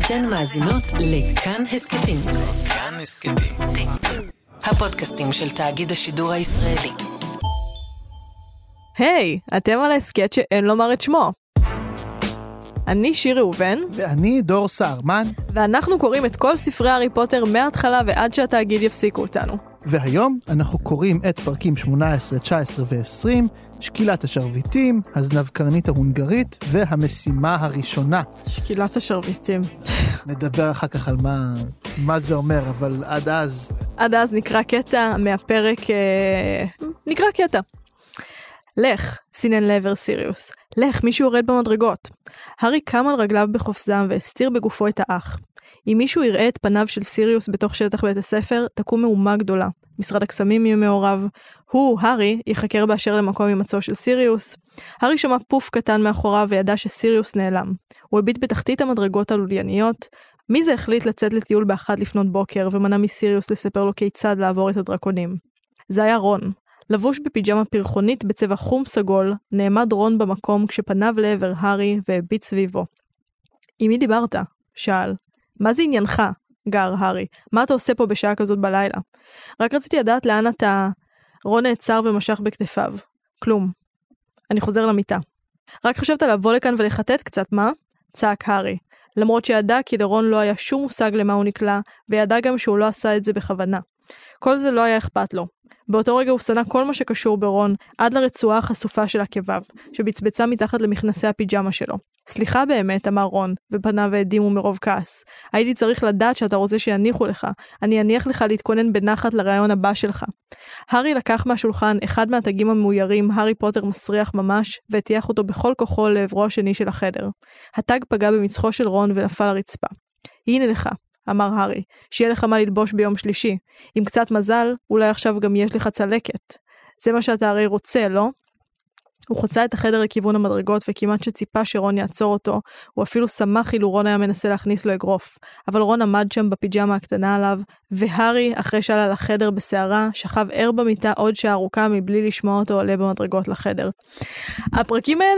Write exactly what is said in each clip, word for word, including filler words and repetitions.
אתן מאזינות לכאן הסקטים. כאן הסקטים. הפודקאסטים של תאגיד השידור הישראלי. היי, hey, אתם על הסקט שאין לומר את שמו. אני שיר ראובן. ואני דור סהרמן. ואנחנו קוראים את כל ספרי הארי פוטר מההתחלה ועד שהתאגיד יפסיקו אותנו. והיום אנחנו קוראים את פרקים שמונה עשרה, תשע עשרה ו-עשרים, שקילת השרביטים, הזנב קרנית ההונגרית והמשימה הראשונה. שקילת השרביטים. נדבר אחר כך על מה, מה זה אומר, אבל עד אז... עד אז נקרא קטע מהפרק... אה... נקרא קטע. לך, סינן לעבר סיריוס. לך, מישהו יורד במדרגות. הארי קם על רגליו בחופזם והסתיר בגופו את האח. אם מישהו יראה את פניו של סיריוס בתוך שטח בית הספר, תקום מהומה גדולה. משרד הקסמים יהיה מעורב. הוא, הארי, יחקר באשר למקום הימצאו של סיריוס. הארי שמע פוף קטן מאחוריו וידע שסיריוס נעלם. הוא הביט בתחתית המדרגות הלולייניות. מי זה החליט לצאת לטיול באחד לפנות בוקר ומנע מסיריוס לספר לו כיצד לעבור את הדרקונים? זה היה רון. לבוש בפיג'מה פרחונית בצבע חום סגול, נעמד רון במקום כשפניו לעבר הארי והביט סביבו. עם מי דיברת? שאל. מה זה עניינך? גר הארי. מה אתה עושה פה בשעה כזאת בלילה? רק רציתי לדעת לאן אתה... רון נעצר ומשך בכתפיו. כלום. אני חוזר למיטה. רק חשבת לבוא לכאן ולחטט קצת, מה? צעק הארי. למרות שידע כי לרון לא היה שום מושג למה הוא נקלע, וידע גם שהוא לא עשה את זה בכוונה. כל זה לא היה אכפת לו. באותו רגע הוא שנא כל מה שקשור ברון, עד לרצועה החשופה של עקביו, שבצבצה מתחת למכנסי הפיג'מה שלו. סליחה באמת, אמר רון, ופניו העדימו מרוב כעס. הייתי צריך לדעת שאתה רוצה שיניחו לך. אני אניח לך להתכונן בנחת לרעיון הבא שלך. הארי לקח מהשולחן אחד מהתגים המאוירים, הארי פוטר מסריח ממש, והטיח אותו בכל כוחו לעברו השני של החדר. התג פגע במצחו של רון ונפל לרצפה. הנה לך, אמר הארי, שיהיה לך מה ללבוש ביום שלישי. עם קצת מזל, אולי עכשיו גם יש לך צלקת. זה מה שאתה הרי רוצה, לא? הוא חוצה את החדר לכיוון המדרגות, וכמעט שציפה שרון יעצור אותו, הוא אפילו שמח אילו רון היה מנסה להכניס לו אגרוף. אבל רון עמד שם בפיג'מה הקטנה עליו, והארי, אחרי שעלה לחדר בסערה, שכב ער במיטה עוד שעה ארוכה מבלי לשמוע אותו עולה במדרגות לחדר. הפרקים האלה,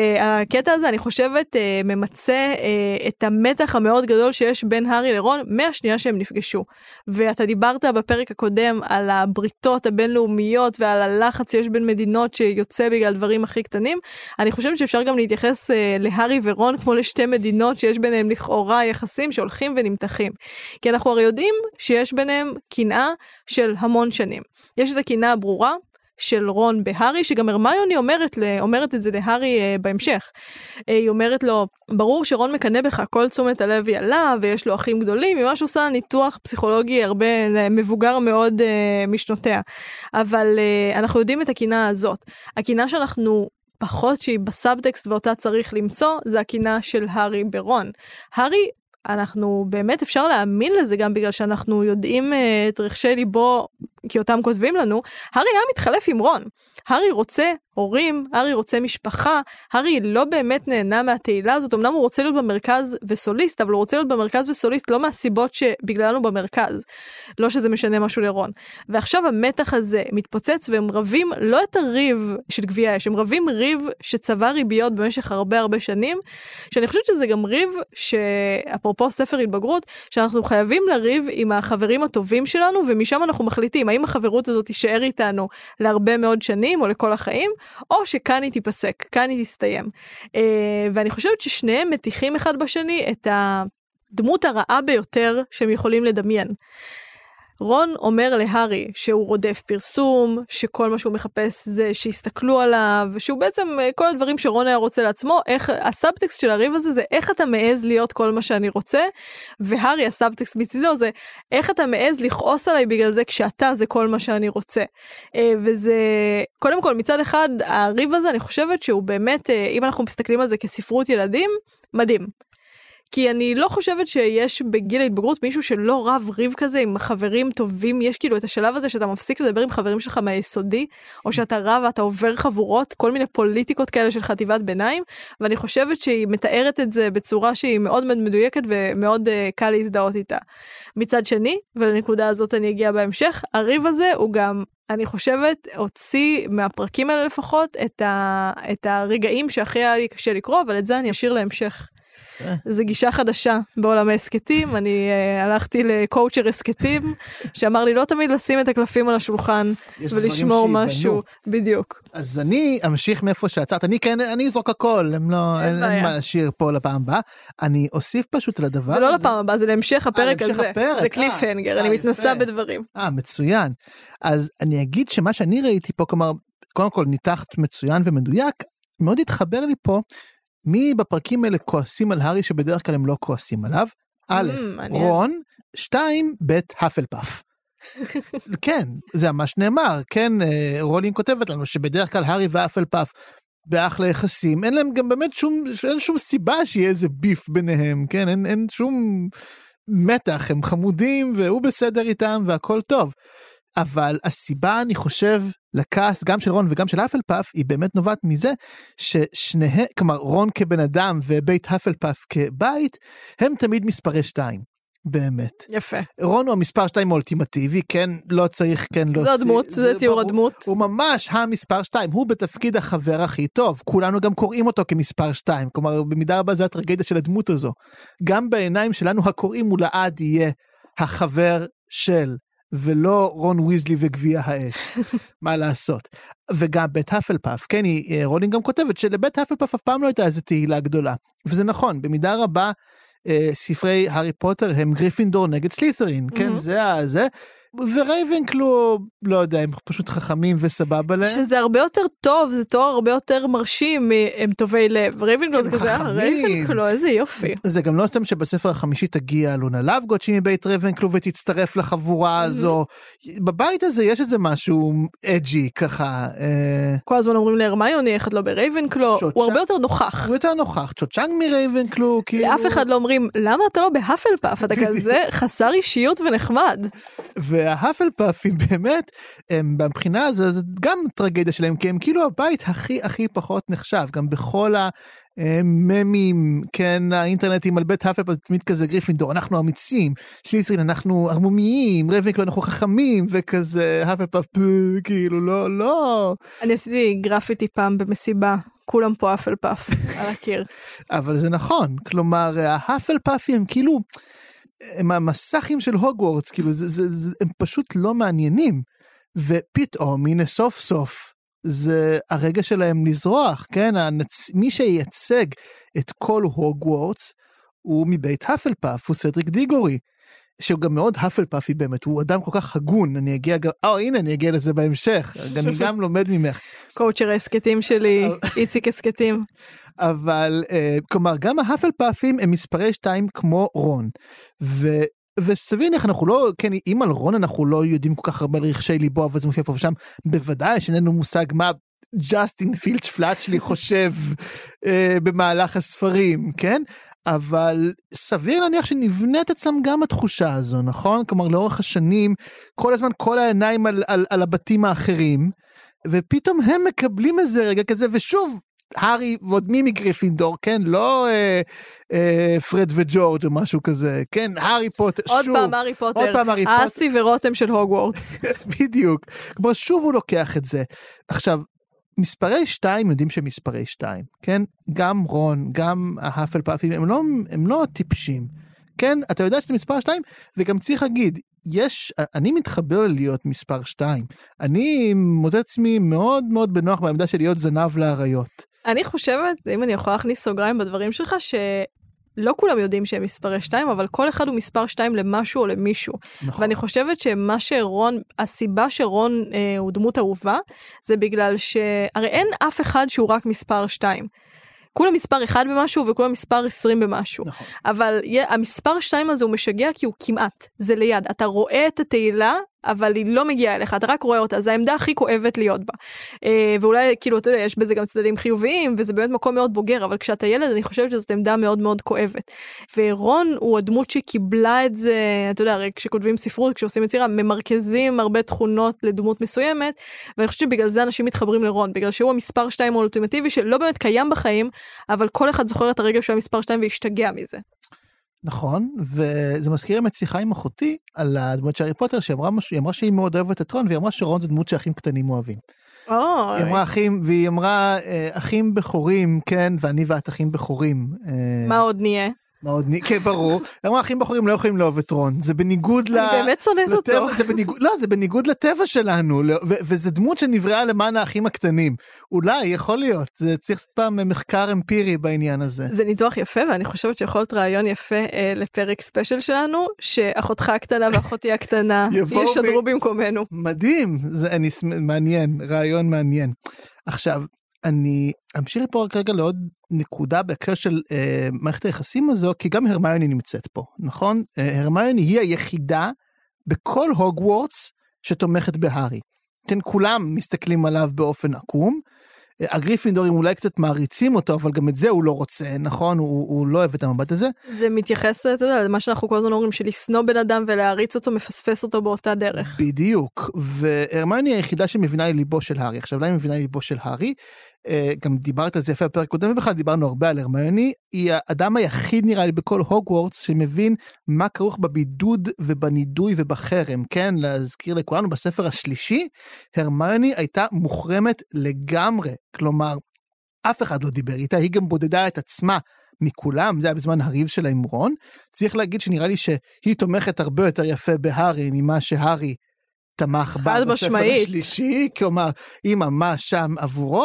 הקטע הזה, אני חושבת, ממצא את המתח המאוד גדול שיש בין הארי לרון, מהשנייה שהם נפגשו. ואתה דיברת בפרק הקודם על הבריתות הבינלאומיות, ועל הלחץ שיש בין מדינות שיוצא בגלל דברים הכי קטנים. אני חושבת שאפשר גם להתייחס אה, להארי ורון כמו לשתי מדינות שיש ביניהם לכאורה יחסים שהולכים ונמתחים. כי אנחנו הרי יודעים שיש ביניהם קנאה של המון שנים. יש את הקנאה הברורה של רון בהארי, שגם הרמיוני אומרת, אומרת את זה להארי אה, בהמשך. אה, היא אומרת לו, ברור שרון מקנה בך, כל תשומת הלב היא עליו, ויש לו אחים גדולים, ממש עושה ניתוח פסיכולוגי הרבה מבוגר מאוד אה, משנותיה. אבל אה, אנחנו יודעים את הקנאה הזאת. הקנאה שאנחנו פחות שהיא בסאבטקסט ואותה צריך למצוא, זה הקנאה של הארי ברון. הארי, אנחנו באמת אפשר להאמין לזה גם בגלל שאנחנו יודעים uh, את רחשי ליבו, כי אותם כותבים לנו, הארי היה מתחלף עם רון. הארי רוצה הורים, הארי רוצה משפחה, הארי לא באמת נהנה מהתהילה הזאת, אמנם הוא רוצה להיות במרכז וסוליסט, אבל הוא רוצה להיות במרכז וסוליסט לא מהסיבות שבגלל הוא במרכז, לא שזה משנה משהו לרון. ועכשיו המתח הזה מתפוצץ והם רבים לא את הריב של גביע אש, הם רבים ריב שצבע ריביות במשך הרבה הרבה שנים, שאני חושבת שזה גם ריב שאפרופו ספר התבגרות, שאנחנו חייבים לריב עם החברים הטובים שלנו, ומשם אנחנו מחליטים האם החברות הזאת תישאר איתנו להרבה מאוד שנים או לכל החיים, או שכאן היא תיפסק, כאן היא תסתיים. ואני חושבת ששניהם מתיחים אחד בשני את הדמות הרעה ביותר שהם יכולים לדמיין. רון אומר להארי שהוא רודף פרסום, שכל מה שהוא מחפש זה שיסתכלו עליו, שהוא בעצם כל הדברים שרון היה רוצה לעצמו, איך, הסאבטקסט של הריב הזה זה איך אתה מעז להיות כל מה שאני רוצה, והארי הסאבטקסט מצידו זה איך אתה מעז לכעוס עליי בגלל זה כשאתה זה כל מה שאני רוצה. וזה, קודם כל מצד אחד, הריב הזה אני חושבת שהוא באמת, אם אנחנו מסתכלים על זה כספרות ילדים, מדהים. כי אני לא חושבת שיש בגיל ההתבגרות מישהו שלא רב ריב כזה עם חברים טובים, יש כאילו את השלב הזה שאתה מפסיק לדבר עם חברים שלך מהיסודי, או שאתה רב ואתה עובר חבורות, כל מיני פוליטיקות כאלה של חטיבת ביניים, ואני חושבת שהיא מתארת את זה בצורה שהיא מאוד מאוד מדויקת ומאוד uh, קל להזדהות איתה. מצד שני, ולנקודה הזאת אני אגיע בהמשך, הריב הזה הוא גם, אני חושבת, הוציא מהפרקים האלה לפחות את, ה, את הרגעים שהכי היה לי קשה לקרוא, אבל את זה אני אשאיר להמשך. זו גישה חדשה בעולם העסקתים, אני uh, הלכתי לקואוצ'ר עסקתים, שאמר לי לא תמיד לשים את הקלפים על השולחן, ולשמור משהו, בדיוק. אז אני אמשיך מאיפה שעצרת, אני כן, אני אזרוק הכל, הם לא, אין, אין מה להשאיר פה לפעם הבאה, אני אוסיף פשוט לדבר. זה לא לפעם הבאה, זה להמשך הפרק הזה, הפרק, זה קליפהנגר, אני מתנסה בדברים. אה, מצוין. אז אני אגיד שמה שאני ראיתי פה, כלומר, קודם כל ניתחת מצוין ומדויק, מאוד התחבר לי פה, מי בפרקים האלה כועסים על הארי שבדרך כלל הם לא כועסים עליו? א', רון, שתיים, בית הפלפף. כן, זה ממש נאמר, כן, רולינג כותבת לנו שבדרך כלל הארי והפלפף באחלה יחסים, אין להם גם באמת שום, אין שום סיבה שיהיה איזה ביף ביניהם, כן, אין, אין שום מתח, הם חמודים והוא בסדר איתם והכל טוב. אבל הסיבה, אני חושב, לכעס גם של רון וגם של הפלפף, היא באמת נובעת מזה ששניהם, כלומר, רון כבן אדם ובית הפלפף כבית, הם תמיד מספרי שתיים, באמת. יפה. רון הוא המספר שתיים האולטימטיבי, כן, לא צריך, כן, לא... זו הדמות, זה תיאור הדמות. הוא ממש המספר שתיים, הוא בתפקיד החבר הכי טוב, כולנו גם קוראים אותו כמספר שתיים, כלומר, במידה רבה זה הטרגדיה של הדמות הזו. גם בעיניים שלנו, הקוראים הוא לעד יהיה החבר של... ולא רון ויזלי וגביע האש, מה לעשות. וגם בית הפלפף, כן, היא, רולינג גם כותבת שלבית הפלפף אף פעם לא הייתה איזו תהילה גדולה, וזה נכון, במידה רבה, אה, ספרי הארי פוטר הם גריפינדור נגד סלית'רין, כן, זה זה, ורייבנקלו, לא יודע, הם פשוט חכמים וסבבה להם. שזה הרבה יותר טוב, זה תואר הרבה יותר מרשים, הם טובי לב. רייבנקלו זה כזה, רייבנקלו, איזה יופי. זה גם לא סתם שבספר החמישי תגיע לונה לאבגוט שהיא מבית רייבנקלו ותצטרף לחבורה הזו. בבית הזה יש איזה משהו אג'י ככה. כל הזמן אומרים להרמיוני, איך את לא ברייבנקלו, הוא הרבה יותר נוכח. הוא יותר נוכח, צ'וצ'אנג מרייבנקלו, כאילו... לאף אחד לא אומרים, למה אתה לא בהפלפף? אתה כזה חסר אישיות ונחמד. וההפלפאפים באמת, הם מבחינה הזו, זה גם טרגדיה שלהם, כי הם כאילו הבית הכי הכי פחות נחשב, גם בכל הממים, כן, האינטרנטים על בית הפלפאף, תמיד כזה גריפינדור, אנחנו אמיצים, סלית'רין, אנחנו ערמומיים, רייבנקלו, אנחנו חכמים, וכזה, הפלפאף, כאילו, לא, לא. אני עשיתי גרפיטי פעם במסיבה, כולם פה הפלפאף על הקיר. אבל זה נכון, כלומר, ההפלפאפים הם כאילו, הם המסכים של הוגוורטס, כאילו, זה, זה, זה, הם פשוט לא מעניינים, ופתאום, הנה סוף סוף, זה הרגע שלהם לזרוח, כן, הנצ... מי שייצג את כל הוגוורטס, הוא מבית הפלפאף, הוא סדריק דיגורי, שהוא גם מאוד הפלפאפי באמת, הוא אדם כל כך הגון, אני אגיע גם, אה, הנה, אני אגיע לזה בהמשך, אני גם לומד ממך. קואוצ'ר העסקתים שלי, איציק עסקתים. אבל, כלומר, גם ההפלפאפים הם מספרי שתיים כמו רון, ו... וסבין איך אנחנו לא, כן, אם על רון אנחנו לא יודעים כל כך הרבה על רכשי ליבו, אבל זה מופיע פה ושם, בוודאי שאיננו מושג מה ג'סטין פילץ' פלאצ'לי חושב אה, במהלך הספרים, כן? אבל סביר להניח שנבנית אצלם גם התחושה הזו, נכון? כלומר, לאורך השנים, כל הזמן כל העיניים על, על, על הבתים האחרים, ופתאום הם מקבלים איזה רגע כזה, ושוב, הארי ועוד מי מגריפינדור, כן? לא אה, אה, פרד וג'ורג' או משהו כזה, כן? הארי פוטר, עוד שוב. פעם הארי פוטר. עוד פעם הארי פוטר. אסי ורותם של הוגוורטס. בדיוק. כמו שוב הוא לוקח את זה. עכשיו, מספרי שתיים יודעים שמספרי שתיים, כן? גם רון, גם ההפלפאפים, הם לא, הם לא טיפשים, כן? אתה יודע שאתה מספר שתיים, וגם צריך להגיד, יש, אני מתחבר להיות מספר שתיים. אני מוצא עצמי מאוד מאוד בנוח בעמדה של להיות זנב לאריות. אני חושבת, אם אני יכולה להכניס סוגריים בדברים שלך, שלא כולם יודעים שהם מספרי שתיים, אבל כל אחד הוא מספר שתיים למשהו או למישהו. נכון. ואני חושבת שמה שרון, הסיבה שרון אה, הוא דמות אהובה, זה בגלל שהרי אין אף אחד שהוא רק מספר שתיים. כולם מספר אחד במשהו וכולם מספר עשרים במשהו. נכון. אבל המספר שתיים הזה הוא משגע כי הוא כמעט, זה ליד. אתה רואה את התהילה, אבל היא לא מגיעה אליך, אתה רק רואה אותה, זה העמדה הכי כואבת להיות בה. ואולי, כאילו, אתה יודע, יש בזה גם צדדים חיוביים, וזה באמת מקום מאוד בוגר, אבל כשאתה ילד, אני חושבת שזאת עמדה מאוד מאוד כואבת. ורון הוא הדמות שקיבלה את זה, אתה יודע, הרי כשכותבים ספרות, כשעושים יצירה, ממרכזים הרבה תכונות לדמות מסוימת, ואני חושבת שבגלל זה אנשים מתחברים לרון, בגלל שהוא המספר שתיים האולטימטיבי, שלא באמת קיים בחיים, אבל כל אחד זוכר את הרגע שהוא המספר שתיים והשתגע מזה. נכון, וזה מזכיר עם שיחה עם אחותי על הדמות של הארי פוטר, שהיא אמרה, שהיא אמרה שהיא מאוד אוהבת את רון, והיא אמרה שרון זה דמות שהאחים קטנים אוהבים. אוי. היא אמרה אחים, והיא אמרה, אחים בכורים, כן, ואני ואת אחים בכורים. מה עוד נהיה? מה עוד נהיה? כן, ברור. היא אמרה, אחים בכורים לא יכולים לאהוב את רון. זה בניגוד ל... אני באמת שונאת אותו. לא, זה בניגוד לטבע שלנו, וזה דמות שנבראה למען האחים הקטנים. אולי, יכול להיות. זה צריך פעם מחקר אמפירי בעניין הזה. זה ניתוח יפה, ואני חושבת שיכול להיות רעיון יפה אה, לפרק ספיישל שלנו, שאחותך הקטנה ואחותי הקטנה ישדרו ב... במקומנו. מדהים, זה אני, מעניין, רעיון מעניין. עכשיו, אני אמשיך פה רק רגע לעוד נקודה בהקשר של אה, מערכת היחסים הזו, כי גם הרמיוני נמצאת פה, נכון? אה, הרמיוני היא היחידה בכל הוגוורטס שתומכת בהארי. כן, כולם מסתכלים עליו באופן עקום, הגריפינדורים אולי קצת מעריצים אותו, אבל גם את זה הוא לא רוצה, נכון? הוא, הוא לא אוהב את המבט הזה. זה מתייחס, אתה יודע, למה שאנחנו כל הזמן אומרים, שלסנוע בן אדם ולהריץ אותו, מפספס אותו באותה דרך. בדיוק, והרמיוני היא היחידה שמבינה ליבו של הארי. עכשיו, למה היא מבינה ליבו של הארי? גם דיברת על זה יפה בפרק קודם, ובכלל דיברנו הרבה על הרמיוני, היא האדם היחיד נראה לי בכל הוגוורטס, שמבין מה כרוך בבידוד ובנידוי ובחרם, כן? להזכיר לכולנו, בספר השלישי, הרמיוני הייתה מוחרמת לגמרי, כלומר, אף אחד לא דיבר איתה, היא גם בודדה את עצמה מכולם, זה היה בזמן הריב שלה עם רון, צריך להגיד שנראה לי שהיא תומכת הרבה יותר יפה בהארי, ממה שהארי תמך בה בספר השלישי, כלומר, היא ממש שם עבורו,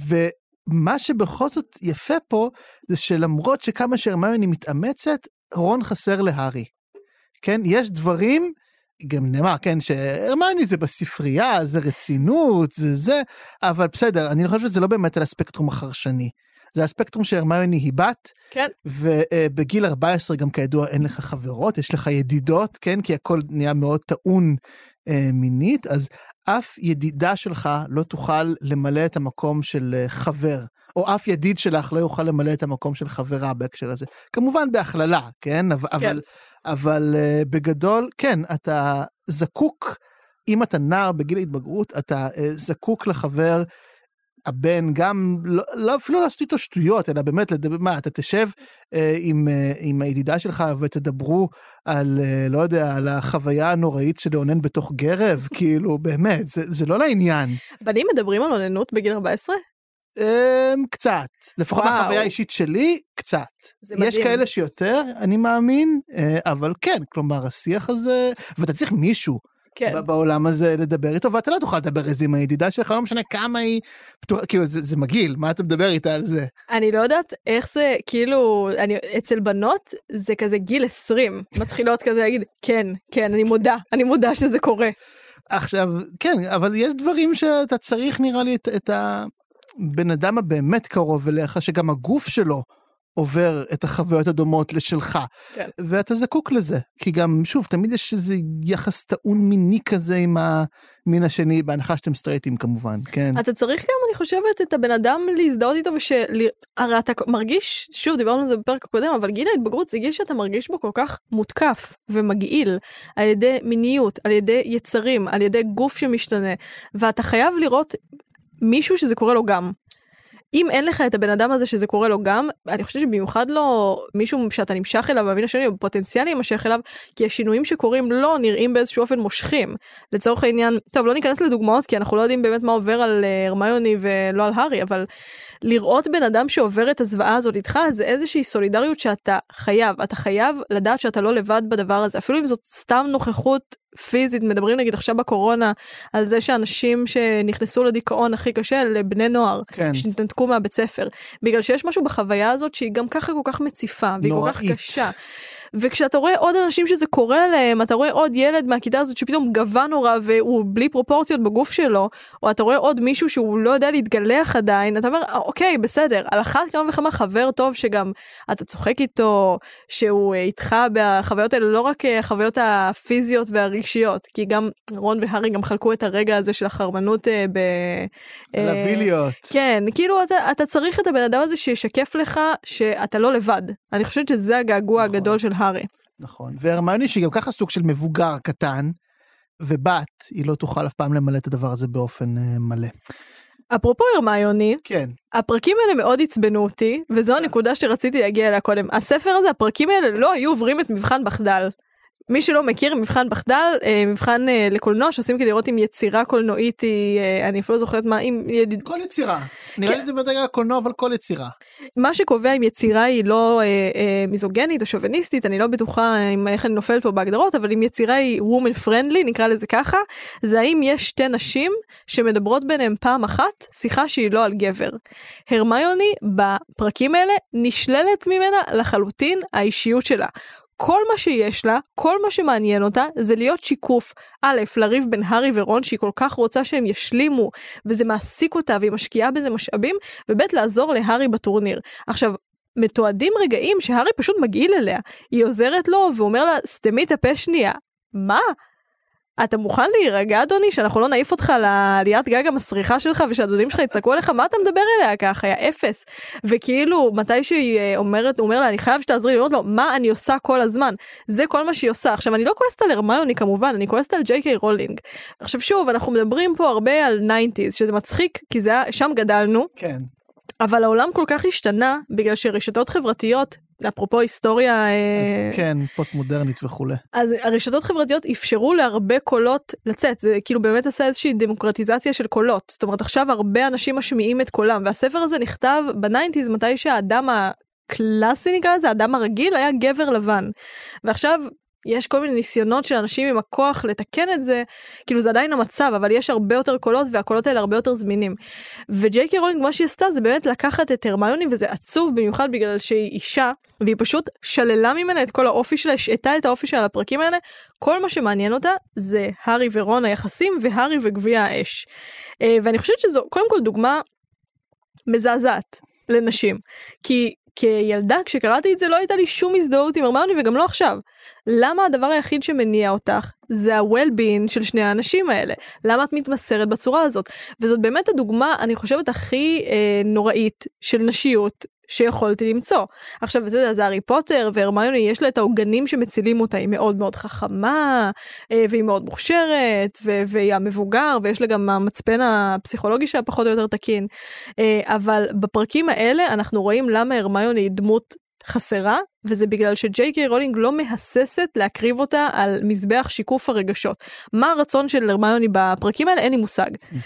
ומה שבכל זאת יפה פה, זה שלמרות שכמה שהרמיוני מתאמצת, רון חסר להארי. כן, יש דברים, גם נאמר, כן, שהרמיוני זה בספרייה, זה רצינות, זה זה, אבל בסדר, אני חושב שזה לא באמת על הספקטרום החרשני. זה הספקטרום שהרמיוני היא בת, כן. ובגיל ארבע עשרה גם כידוע אין לך חברות, יש לך ידידות, כן, כי הכל נהיה מאוד טעון אה, מינית, אז אף ידידה שלך לא תוכל למלא את המקום של אה, חבר, או אף ידיד שלך לא יוכל למלא את המקום של חברה בהקשר הזה. כמובן בהכללה, כן, אבל, כן. אבל, אבל אה, בגדול, כן, אתה זקוק, אם אתה נער בגיל ההתבגרות, אתה אה, זקוק לחבר, הבן גם, לא, לא אפילו לעשות איתו שטויות, אלא באמת, לדבר, מה, אתה תשב אה, עם, אה, עם הידידה שלך ותדברו על, אה, לא יודע, על החוויה הנוראית של לאונן בתוך גרב, כאילו, באמת, זה, זה לא לעניין. בנים מדברים על אוננות בגיל ארבע עשרה? אה, קצת, לפחות בחוויה האישית שלי, קצת. יש כאלה שיותר, אני מאמין, אה, אבל כן, כלומר, השיח הזה, ואתה צריך מישהו, כן. בעולם הזה לדבר איתו, ואתה לא תוכל לדבר איזה עם הידידה שלך, לא משנה כמה היא פתוחה, כאילו זה, זה מגעיל, מה אתה מדבר איתה על זה? אני לא יודעת איך זה, כאילו, אני, אצל בנות זה כזה גיל עשרים, מתחילות כזה להגיד, כן, כן, אני מודה, אני מודה שזה קורה. עכשיו, כן, אבל יש דברים שאתה צריך נראה לי את, את הבן אדם הבאמת קרוב אליך, שגם הגוף שלו, עובר את החוויות הדומות לשלך, כן. ואתה זקוק לזה, כי גם, שוב, תמיד יש איזה יחס טעון מיני כזה עם המין השני, בהנחה שאתם סטרייטים כמובן, כן. אתה צריך גם, אני חושבת, את הבן אדם להזדהות איתו, הרי אתה מרגיש, שוב, דיברנו על זה בפרק הקודם, אבל גיל ההתבגרות זה גיל שאתה מרגיש בו כל כך מותקף ומגעיל, על ידי מיניות, על ידי יצרים, על ידי גוף שמשתנה, ואתה חייב לראות מישהו שזה קורה לו גם. אם אין לך את הבן אדם הזה שזה קורה לו גם, אני חושבת שבמיוחד לא מישהו שאתה נמשך אליו, והמין השני הוא פוטנציאלי יימשך אליו, כי השינויים שקורים לא נראים באיזשהו אופן מושכים. לצורך העניין, טוב, לא ניכנס לדוגמאות, כי אנחנו לא יודעים באמת מה עובר על הרמיוני ולא על הארי, אבל לראות בן אדם שעובר את הזוועה הזאת איתך, זה איזושהי סולידריות שאתה חייב, אתה חייב לדעת שאתה לא לבד בדבר הזה, אפילו אם זאת סתם נוכחות פיזית, מדברים נגיד עכשיו בקורונה, על זה שאנשים שנכנסו לדיכאון הכי קשה, לבני נוער, כן. שנתנתקו מהבית ספר, בגלל שיש משהו בחוויה הזאת, שהיא גם ככה כל כך מציפה, והיא נוראית. כל כך קשה. וכשאתה רואה עוד אנשים שזה קורה להם, אתה רואה עוד ילד מהכיתה הזאת שפתאום גבה נורא והוא בלי פרופורציות בגוף שלו, או אתה רואה עוד מישהו שהוא לא יודע להתגלח עדיין, אתה אומר, אוקיי, בסדר, על אחת כמה וכמה חבר טוב שגם אתה צוחק איתו, שהוא איתך בחוויות האלה, לא רק החוויות הפיזיות והרגשיות, כי גם רון והארי גם חלקו את הרגע הזה של החרמנות ב... לוויליות. כן, כאילו אתה, אתה צריך את הבן אדם הזה שישקף לך שאתה לא לבד. אני חושבת שזה הגעגוע נכון. הגדול של הארי. נכון, והרמיוני שהיא גם ככה סוג של מבוגר קטן, ובת, היא לא תוכל אף פעם למלא את הדבר הזה באופן uh, מלא. אפרופו הרמיוני, כן. הפרקים האלה מאוד עצבנו אותי, וזו הנקודה שרציתי להגיע אליה קודם. הספר הזה, הפרקים האלה לא היו עוברים את מבחן בחדל. מי שלא מכיר, מבחן בחדל, מבחן לקולנוע, שעושים כדי לראות אם יצירה קולנועית היא, אני אפילו לא זוכרת מה, אם... כל יצירה. נראה לי זה בדרך הקולנוע, אבל כל יצירה. מה שקובע אם יצירה היא לא מיזוגנית או שוביניסטית, אני לא בטוחה איך אני נופלת פה בהגדרות, אבל אם יצירה היא woman friendly, נקרא לזה ככה, זה האם יש שתי נשים שמדברות ביניהם פעם אחת, שיחה שהיא לא על גבר. הרמיוני בפרקים האלה נשללת ממנה לחלוטין האישיות שלה. כל מה שיש לה, כל מה שמעניין אותה, זה להיות שיקוף, א', לריב בין הארי ורון, שהיא כל כך רוצה שהם ישלימו, וזה מעסיק אותה, והיא משקיעה בזה משאבים, וב', לעזור להארי בטורניר. עכשיו, מתועדים רגעים שהארי פשוט מגעיל אליה, היא עוזרת לו, ואומר לה, סתמי את הפה שנייה. מה? אתה מוכן להירגע, אדוני, שאנחנו לא נעיף אותך לעליית גג המסריחה שלך, ושהדודים שלך יצעקו עליך, מה אתה מדבר אליה ככה? היה אפס. וכאילו, מתי שהיא אומרת, הוא אומר לה, אני חייב שתעזרי לי, אומרת לו, מה אני עושה כל הזמן? זה כל מה שהיא עושה. עכשיו, אני לא כועסת על הרמיוני כמובן, אני כועסת על ג'יי קיי רולינג. עכשיו שוב, אנחנו מדברים פה הרבה על ניינטיז, שזה מצחיק, כי זה, שם גדלנו. כן. אבל העולם כל כך השתנה, בגלל שרשתות חברתיות, אפרופו היסטוריה... כן, פוסט מודרנית וכו'. אז הרשתות חברתיות אפשרו להרבה קולות לצאת, זה כאילו באמת עשה איזושהי דמוקרטיזציה של קולות, זאת אומרת עכשיו הרבה אנשים משמיעים את קולם, והספר הזה נכתב בניינטיז מתי שהאדם הקלאסי נקרא לזה, האדם הרגיל היה גבר לבן, ועכשיו... יש כל מיני ניסיונות של אנשים עם הכוח לתקן את זה, כאילו זה עדיין המצב, אבל יש הרבה יותר קולות, והקולות האלה הרבה יותר זמינים. וג'יי קיי רולינג, מה שהיא עשתה, זה באמת לקחת את הרמיוני, וזה עצוב במיוחד בגלל שהיא אישה, והיא פשוט שללה ממנה את כל האופי שלה, השעתה את האופי שלה לפרקים האלה, כל מה שמעניין אותה, זה הארי ורון היחסים, והארי וגביע האש. ואני חושבת שזו, קודם כל, דוגמה מזעזעת לנשים, כי כילדה, כשקראתי את זה, לא הייתה לי שום הזדהות עם הרמיוני, וגם לא עכשיו. למה הדבר היחיד שמניע אותך, זה ה-well-being של שני האנשים האלה? למה את מתמסרת בצורה הזאת? וזאת באמת הדוגמה, אני חושבת, הכי אה, נוראית של נשיות, שיכולתי למצוא. עכשיו, אתה יודע, זה הארי פוטר, והרמיוני, יש לה את העוגנים שמצילים אותה, היא מאוד מאוד חכמה, והיא מאוד מוכשרת, והיא המבוגר, ויש לה גם המצפן הפסיכולוגי שלה פחות או יותר תקין. אבל בפרקים האלה, אנחנו רואים למה הרמיוני היא דמות חסרה, וזה בגלל שג'יי קיי רולינג לא מהססת להקריב אותה על מזבח שיקוף הרגשות. מה הרצון של הרמיוני בפרקים האלה? אין לי מושג.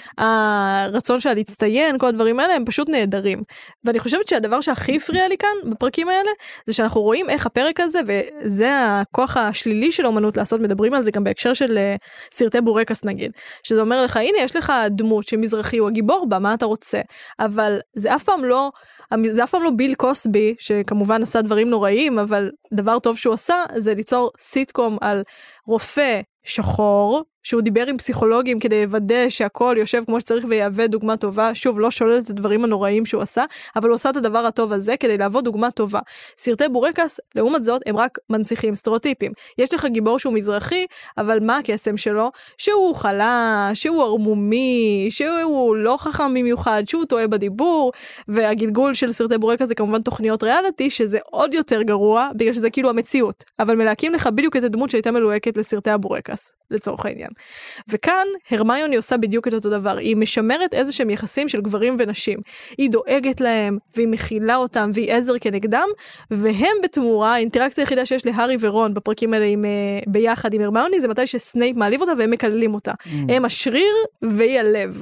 הרצון שלה להצטיין, כל הדברים האלה, הם פשוט נהדרים. ואני חושבת שהדבר שהכי הפריע לי כאן, בפרקים האלה, זה שאנחנו רואים איך הפרק הזה, וזה הכוח השלילי של האומנות לעשות, מדברים על זה גם בהקשר של סרטי בורקס נגיד, שזה אומר לך, הנה יש לך דמות שמזרחי הוא הגיבור בה, מה אתה רוצה? אבל זה אף פעם לא, זה אף פעם לא ביל קוסבי, שכמובן עשה דברים נוראים, אבל דבר טוב שהוא עשה, זה ליצור סיטקום על רופא שחור, שהוא דיבר עם פסיכולוגים כדי לוודא שהכל יושב כמו שצריך ויהווה דוגמה טובה, שוב לא שולל את הדברים הנוראים שהוא עשה, אבל הוא עשה את הדבר הטוב הזה כדי להוות דוגמה טובה. סרטי בורקס, לעומת זאת, הם רק מנציחים סטריאוטיפים. יש לך גיבור שהוא מזרחי, אבל מה הקסם שלו? שהוא חלש, שהוא ערמומי, שהוא לא חכם במיוחד, שהוא טועה בדיבור, והגלגול של סרטי בורקס זה כמובן תוכניות ריאליטי, שזה עוד יותר גרוע, בגלל שזה כאילו המציאות, אבל מלהקים לך בדיוק את הדמות שהייתה מלוהקת לסרטי הבורקס, לצורך העניין. וכאן הרמיוני עושה בדיוק את אותו דבר, היא משמרת איזה שהם יחסים של גברים ונשים, היא דואגת להם, והיא מכילה אותם, והיא עזר כנגדם, והם בתמורה, האינטראקציה היחידה שיש להארי ורון בפרקים האלה עם, ביחד עם הרמיוני, זה מתי שסנייפ מעליב אותה והם מקללים אותה. Mm. הם השריר והיא הלב,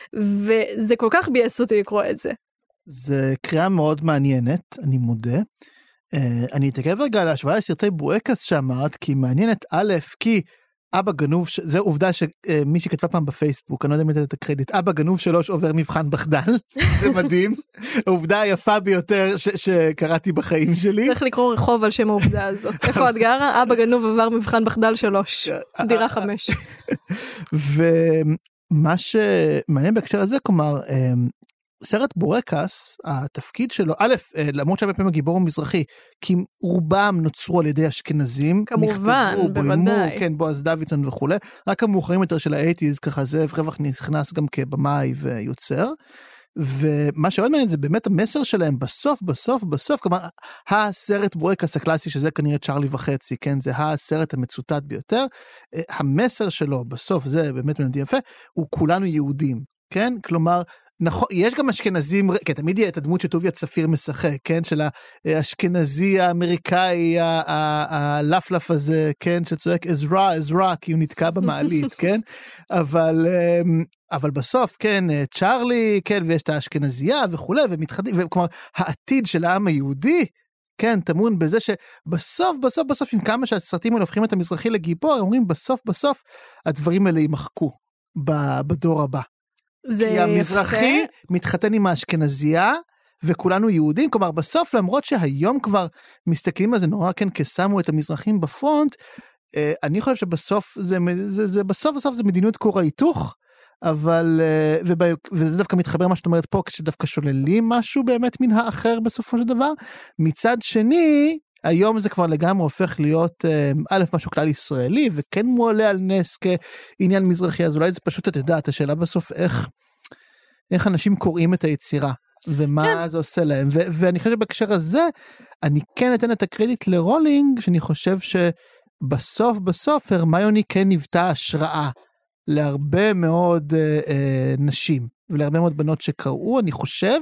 וזה כל כך ביאס אותי לקרוא את זה. זה קריאה מאוד מעניינת, אני מודה. Uh, אני אתעכב רגע על ההשוואה לסרטי בורקס שאמרת, כי מעניינת א', כי אבא גנוב, זה עובדה שמי שכתבה פעם בפייסבוק, אני לא יודע אם לתת את הקרדיט, אבא גנוב שלוש עובר מבחן בחדל, זה מדהים, העובדה היפה ביותר שקראתי בחיים שלי. צריך לקרוא רחוב על שם העובדה הזאת. איפה את גרה? אבא גנוב עבר מבחן בחדל שלוש, דירה חמש. ומה שמעניין בהקשר הזה, כלומר, סרט בורקס, התפקיד שלו, א', למרות שהרבה פעמים הגיבור המזרחי, כי רובם נוצרו על ידי אשכנזים, כמובן, נכתבו, בוודאי. בוימו, כן, בועז דוידסון וכו', רק המאוחרים יותר של האייטיז, ככה זאב רווח נכנס גם כבמאי ויוצר, ומה שעוד מעניין זה באמת המסר שלהם בסוף, בסוף, בסוף, כלומר, הסרט בורקס הקלאסי, שזה כנראה צ'רלי וחצי, כן, זה הסרט המצוטט ביותר, המסר שלו בסוף, זה באמת מנדי יפה, הוא כולנו יהודים, כן, כלומר, נכון, יש גם אשכנזים, כן, תמיד יהיה את הדמות שטוביה צפיר משחק, כן, של האשכנזי האמריקאי, הלפלף הזה, כן, שצועק עזרה, עזרה, כי הוא נתקע במעלית, כן, אבל, אבל בסוף, כן, צ'ארלי, כן, ויש את האשכנזייה וכולי, ומתחדים, וכלומר, העתיד של העם היהודי, כן, תמון בזה שבסוף, בסוף, בסוף, עם כמה שהסרטים האלה הופכים את המזרחי לגיבור, אומרים בסוף, בסוף, הדברים האלה יימחקו בדור הבא. כי המזרחי מתחתן עם האשכנזייה, וכולנו יהודים, כלומר בסוף, למרות שהיום כבר מסתכלים על זה נורא, כן, כשמו את המזרחים בפרונט, אני חושב שבסוף, זה, זה, זה, בסוף, בסוף זה מדיניות כור ההיתוך, אבל, ובא, וזה דווקא מתחבר מה שאת אומרת פה, כשדווקא שוללים משהו באמת מן האחר בסופו של דבר, מצד שני, היום זה כבר לגמרי הופך להיות, א', משהו כלל ישראלי, וכן מועלה על נס כעניין מזרחי, אז אולי זה פשוט, את יודעת, השאלה בסוף, איך, איך אנשים קוראים את היצירה, ומה כן. זה עושה להם, ו- ואני חושב שבקשר הזה, אני כן אתן את הקרדיט לרולינג, שאני חושב שבסוף, בסוף, הרמיוני כן נבטה השראה, להרבה מאוד אה, אה, נשים, ולהרבה מאוד בנות שקראו, אני חושב.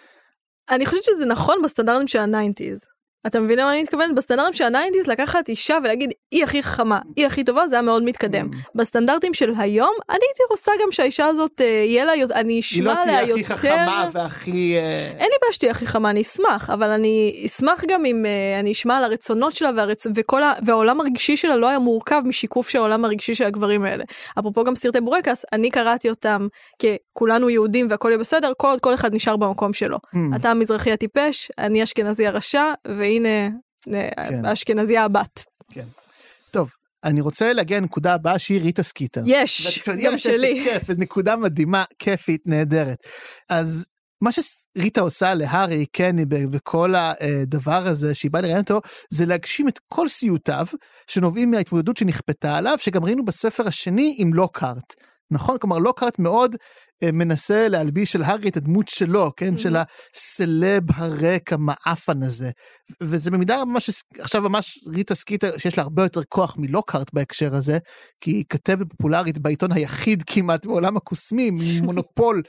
אני חושבת שזה נכון בסטנדרטים של ה-תשעים. אתה מבינה מה אני מתכוונת? בסטנדרטים של ה-תשעים לקחת אישה ולהגיד, היא הכי חכמה, היא הכי טובה, זה היה מאוד מתקדם. בסטנדרטים של היום, אני הייתי רוצה גם שהאישה הזאת, יהיה לה, אני אשמע עליה יותר... היא לא תהיה הכי חכמה והכי... אין לי בעיה שתהיה הכי חכמה, אני אשמח, אבל אני אשמח גם אם אני אשמע על הרצונות שלה, והרצ... וכל ה... והעולם הרגשי שלה לא היה מורכב משיקוף של העולם הרגשי של הגברים האלה. אפרופו גם סרטי בורקס, אני קראתי אותם ככולנו יהודים והכל יהיה בסדר, כל עוד כל אחד נשאר במקום שלו. אתה המזרחי הטיפש, אני אשכנזי הרשע, והנה כן. האשכנזיה הבת. כן. טוב, אני רוצה להגיע לנקודה הבאה שהיא ריטה סקיטר. יש, גם שלי. כיף, נקודה מדהימה, כיפית, נהדרת. אז מה שריטה עושה להרי, כן, בכל הדבר הזה שהיא באה לראיין אותו, זה להגשים את כל סיוטיו, שנובעים מההתמודדות שנכפתה עליו, שגם ראינו בספר השני עם לוקהרט. נכון? כלומר, לוקהרט מאוד מנסה להלביש של הארי את הדמות שלו, כן? של הסלב הריק המאפן הזה. וזה במידה ממש, עכשיו ממש ריטה סקיטר, שיש לה הרבה יותר כוח מלוקהרט בהקשר הזה, כי היא כתבת פופולרית בעיתון היחיד כמעט בעולם הקוסמים, מונופול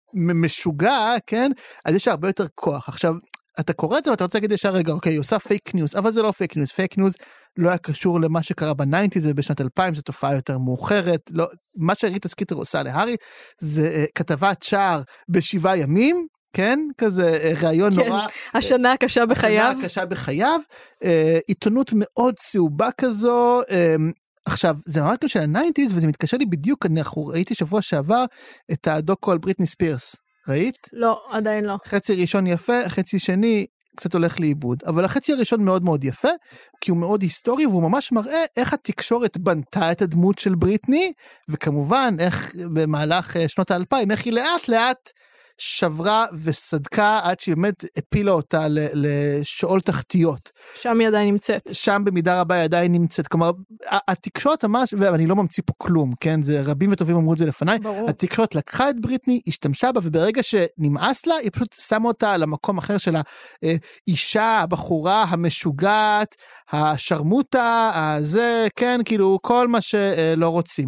משוגע, כן? אז יש לה הרבה יותר כוח. עכשיו, אתה קורא את זה ואתה רוצה להגיד ישר רגע, אוקיי, היא עושה פייק ניוז, אבל זה לא פייק ניוז, פייק ניוז לא היה קשור למה שקרה ב-תשעים, זה בשנת אלפיים, זו תופעה יותר מאוחרת, לא, מה שריטה סקיטר עושה להרי, זה כתבת שער בשבעה ימים, כן, כזה רעיון כן, נורא. השנה הקשה בחייו. השנה הקשה בחייו, עיתונות מאוד צהובה כזו, עכשיו, זה ממש כמו של ה-תשעים, וזה מתקשר לי בדיוק, אני ראיתי שבוע שעבר את הדוקו על בריטני ספירס, ראית? לא, עדיין לא. חצי ראשון יפה, חצי שני קצת הולך לאיבוד, אבל החצי הראשון מאוד מאוד יפה, כי הוא מאוד היסטורי, והוא ממש מראה איך התקשורת בנתה את הדמות של בריטני, וכמובן איך במהלך שנות האלפיים, איך היא לאט לאט שברה וסדקה עד שהיא באמת הפילה אותה לשאול תחתיות. שם היא עדיין נמצאת. שם במידה רבה היא עדיין נמצאת. כלומר, התקשורת ממש, ואני לא ממציא פה כלום, כן? זה רבים וטובים אמרו את זה לפניי. ברור. התקשורת לקחה את בריטני, השתמשה בה, וברגע שנמאס לה, היא פשוט שמה אותה למקום אחר של האישה, הבחורה, המשוגעת, השרמוטה, הזה, כן, כאילו, כל מה שלא רוצים.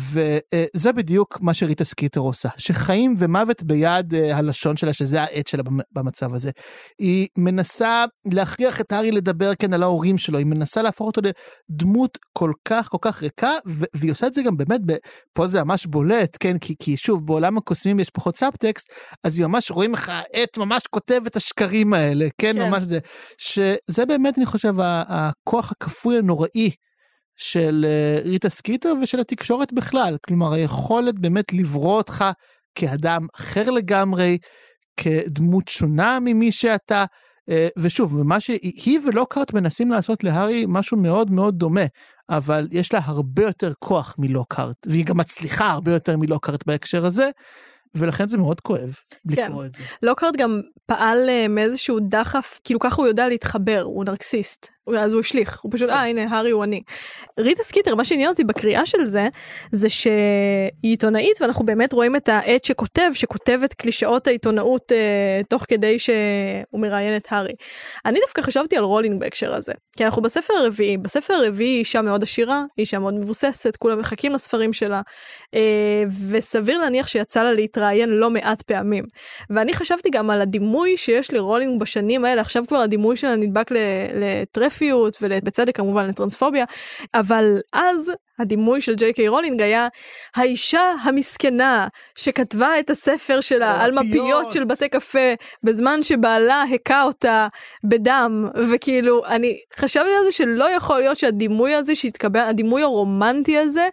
וזה בדיוק מה שריטה סקיטר עושה. שחיים ומוות ביד הלשון שלה, שזה העט שלה במצב הזה. היא מנסה להכריח את הארי לדבר כן על ההורים שלו, היא מנסה להפוך אותו לדמות כל כך, כל כך ריקה, והיא עושה את זה גם באמת, פה זה ממש בולט, כן, כי, כי שוב, בעולם הקוסמים יש פחות סאבטקסט, אז היא ממש רואים לך, העט ממש כותב את השקרים האלה, כן, כן. ממש זה, שזה באמת, אני חושב, הכוח הכפוי הנוראי, של ריטה סקיטר ושל התקשורת בכלל, כלומר, היכולת באמת לברוא אותך כאדם אחר לגמרי, כדמות שונה ממי שאתה, ושוב, מה שהיא ולוקהרט מנסים לעשות להרי משהו מאוד מאוד דומה, אבל יש לה הרבה יותר כוח מלוקהרט, והיא גם מצליחה הרבה יותר מלוקהרט בהקשר הזה, ולכן זה מאוד כואב לקרוא את זה. לוקהרט גם פעל מאיזשהו דחף, כאילו ככה הוא יודע להתחבר, הוא נרקסיסט. אז הוא השליך, הוא פשוט, אה, הנה, הארי הוא אני. ריטה סקיטר, מה שעניין אותי בקריאה של זה, זה שהיא עיתונאית, ואנחנו באמת רואים את העט שכותב, שכותב את קלישאות העיתונאות, אה, תוך כדי שהוא מראיין את הארי. אני דווקא חשבתי על רולינג בהקשר הזה, כי אנחנו בספר הרביעי, בספר הרביעי היא אישה מאוד עשירה, היא אישה מאוד מבוססת, כולם מחכים לספרים שלה, אה, וסביר להניח שיצא לה להתראיין לא מעט פעמים. ואני חשבתי גם על הדימוי שיש לרולינג בשנים האלה, עכשיו כבר הדימוי שלה נדבק לטרפיות, ובצדק כמובן לטרנספוביה, אבל אז הדימוי של ג'יי קיי רולינג היה האישה המסכנה שכתבה את הספר שלה על מפיות של בתי קפה בזמן שבעלה הקה אותה בדם, וכאילו אני חשבתי על זה שלא יכול להיות שהדימוי הזה שהתקבל, הדימוי הרומנטי הזה,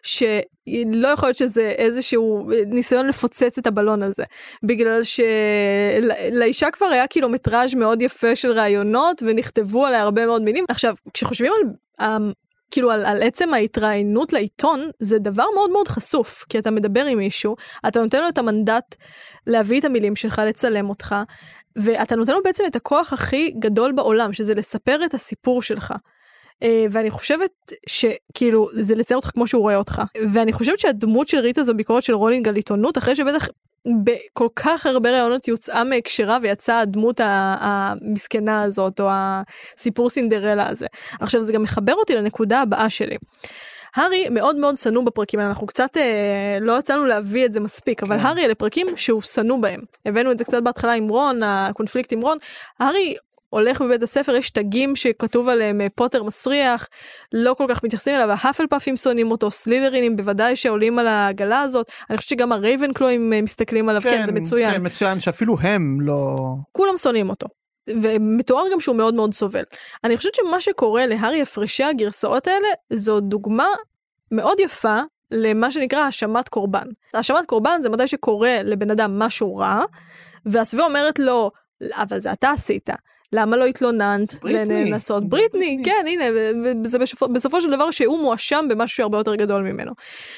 שלא יכול להיות שזה איזשהו ניסיון לפוצץ את הבלון הזה, בגלל שלאישה כבר היה קילומטראז' מאוד יפה של רעיונות ונכתבו עליה הרבה מאוד מילים. עכשיו כשחושבים על כאילו על, על עצם ההתראיינות לעיתון, זה דבר מאוד מאוד חשוף, כי אתה מדבר עם מישהו, אתה נותן לו את המנדט להביא את המילים שלך, לצלם אותך, ואתה נותן לו בעצם את הכוח הכי גדול בעולם, שזה לספר את הסיפור שלך. ואני חושבת שכאילו זה לצייר אותך כמו שהוא רואה אותך, ואני חושבת שהדמות של ריטה זו ביקורת של רולינג על עיתונות, אחרי שבטח בכל כך הרבה רעיונות יוצאה מהקשרה ויצאה הדמות המסכנה הזאת, או הסיפור סינדרלה הזה. עכשיו זה גם מחבר אותי לנקודה הבאה שלי. הארי מאוד מאוד סנוע בפרקים, אנחנו קצת אה, לא יצאנו להביא את זה מספיק, אבל כן. הארי אלה פרקים שהוא סנוע בהם. הבאנו את זה קצת בהתחלה עם רון, הקונפליקט עם רון. הארי הולך בבית הספר, יש תגים שכתוב עליהם פוטר מסריח, לא כל כך מתייחסים אליו, ההפלפאפים שונאים אותו, סלידרינים בוודאי שעולים על העגלה הזאת, אני חושבת שגם הרייבנקלואים מסתכלים עליו, כן, כן זה מצוין. כן, מצוין, שאפילו הם לא... כולם שונאים אותו. ומתואר גם שהוא מאוד מאוד סובל. אני חושבת שמה שקורה להארי הפרשי הגרסאות האלה, זו דוגמה מאוד יפה למה שנקרא האשמת קורבן. האשמת קורבן זה מתי שקורה לבן אדם משהו רע, והסביבה אומרת לו, אבל זה אתה עשית. למה לא התלוננת לנסות? בריטני, כן, הנה, זה בסופו של דבר שהוא מואשם במשהו שהרבה יותר גדול ממנו.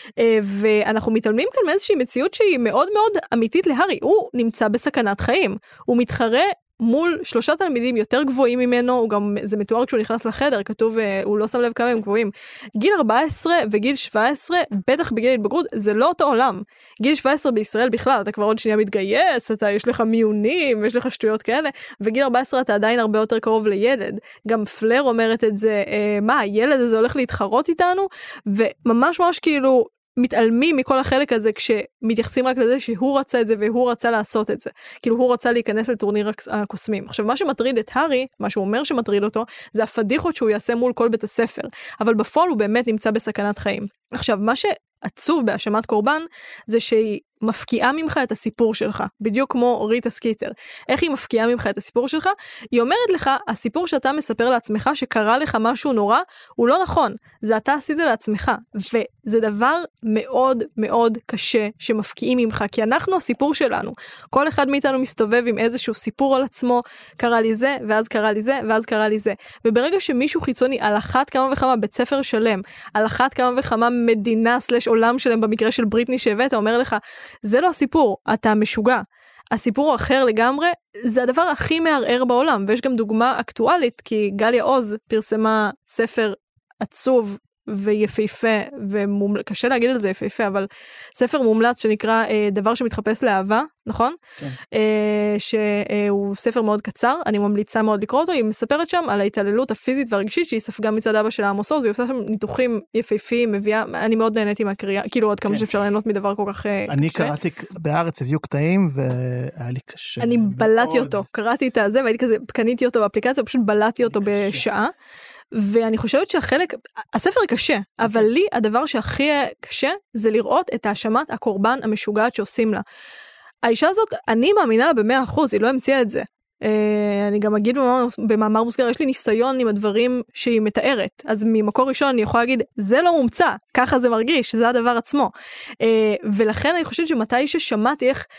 ואנחנו מתעלמים כאן מאיזושהי מציאות שהיא מאוד מאוד אמיתית להארי. הוא נמצא בסכנת חיים. הוא מתחרה מול שלושה תלמידים יותר גבוהים ממנו, הוא גם, זה מתואר כשהוא נכנס לחדר, כתוב, הוא לא שם לב כמה הם גבוהים. גיל ארבע עשרה וגיל שבע עשרה, בטח בגיל התבגרות, זה לא אותו עולם. גיל שבע עשרה בישראל בכלל, אתה כבר עוד שנייה מתגייס, אתה, יש לך מיונים, יש לך שטויות כאלה, וגיל ארבע עשרה אתה עדיין הרבה יותר קרוב לילד. גם פלר אומרת את זה, מה, הילד הזה הולך להתחרות איתנו, וממש ממש כאילו, מתעלמים מכל החלק הזה כשמתייחסים רק לזה שהוא רצה את זה והוא רצה לעשות את זה. כאילו הוא רצה להיכנס לטורניר הקוסמים. עכשיו מה שמטריד את הארי, מה שהוא אומר שמטריד אותו, זה הפדיחות שהוא יעשה מול כל בית הספר. אבל בפועל הוא באמת נמצא בסכנת חיים. עכשיו מה שעצוב בהאשמת קורבן, זה שהיא מפקיעה ממך את הסיפור שלך, בדיוק כמו ריטה סקיטר. איך היא מפקיעה ממך את הסיפור שלך? היא אומרת לך, הסיפור שאתה מספר לעצמך שקרה לך משהו נורא, הוא לא נכון. זה אתה עשית לעצמך. וזה דבר מאוד מאוד קשה שמפקיעים ממך, כי אנחנו הסיפור שלנו. כל אחד מאיתנו מסתובב עם איזשהו סיפור על עצמו, קרה לי זה, ואז קרה לי זה, ואז קרה לי זה. וברגע שמישהו חיצוני, על אחת כמה וכמה בית ספר שלם, על אחת כמה וכמה מדינה סלש עולם שלם, במקרה של בריטני שהבאת, אומר לך, זה לא הסיפור, אתה משוגע. הסיפור האחר לגמרי, זה הדבר הכי מערער בעולם, ויש גם דוגמה אקטואלית, כי גליה עוז פרסמה ספר עצוב ויפהפה, וקשה להגיד על זה יפהפה, אבל ספר מומלץ שנקרא אה, דבר שמתחפש לאהבה, נכון? כן. אה, שהוא ספר מאוד קצר, אני ממליצה מאוד לקרוא אותו, היא מספרת שם על ההתעללות הפיזית והרגשית, שהיא ספגה מצד אבא של עמוס עוז, היא עושה שם ניתוחים יפהפיים, מביאה, אני מאוד נהניתי מהקריאה, כאילו עוד כמה כן. שאפשר ליהנות מדבר כל כך קשה. אני קראתי בארץ, הביאו קטעים, והיה לי קשה. אני בלעתי אותו, קראתי את הזה, והייתי כזה, קניתי אותו באפליקציה, פשוט בלעתי אותו בשעה. ואני חושבת שהחלק, הספר קשה, אבל לי הדבר שהכי קשה זה לראות את האשמת הקורבן המשוגעת שעושים לה. האישה הזאת, אני מאמינה לה במאה אחוז, היא לא המציאה את זה. אני גם אגיד במאמר מוסגר, יש לי ניסיון עם הדברים שהיא מתארת, אז ממקור ראשון אני יכולה להגיד, זה לא מומצא, ככה זה מרגיש, זה הדבר עצמו. ולכן אני חושבת שמתי ששמעתי איך,